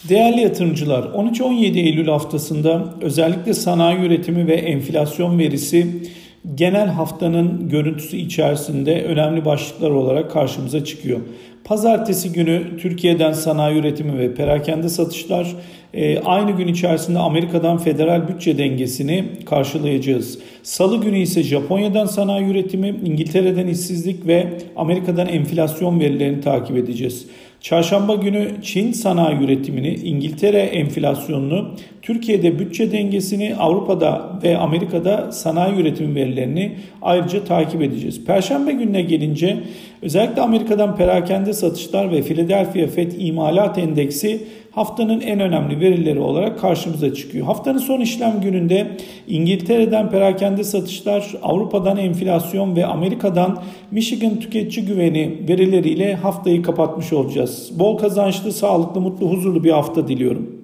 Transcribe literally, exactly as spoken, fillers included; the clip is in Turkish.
Değerli yatırımcılar, on üç on yedi Eylül haftasında özellikle sanayi üretimi ve enflasyon verisi genel haftanın görüntüsü içerisinde önemli başlıklar olarak karşımıza çıkıyor. Pazartesi günü Türkiye'den sanayi üretimi ve perakende satışlar, aynı gün içerisinde Amerika'dan federal bütçe dengesini karşılayacağız. Salı günü ise Japonya'dan sanayi üretimi, İngiltere'den işsizlik ve Amerika'dan enflasyon verilerini takip edeceğiz. Çarşamba günü Çin sanayi üretimini, İngiltere enflasyonunu, Türkiye'de bütçe dengesini, Avrupa'da ve Amerika'da sanayi üretim verilerini ayrıca takip edeceğiz. Perşembe gününe gelince özellikle Amerika'dan perakende satışlar ve Philadelphia Fed imalat endeksi haftanın en önemli verileri olarak karşımıza çıkıyor. Haftanın son işlem gününde İngiltere'den perakende satışlar, Avrupa'dan enflasyon ve Amerika'dan Michigan tüketici güveni verileriyle haftayı kapatmış olacağız. Bol kazançlı, sağlıklı, mutlu, huzurlu bir hafta diliyorum.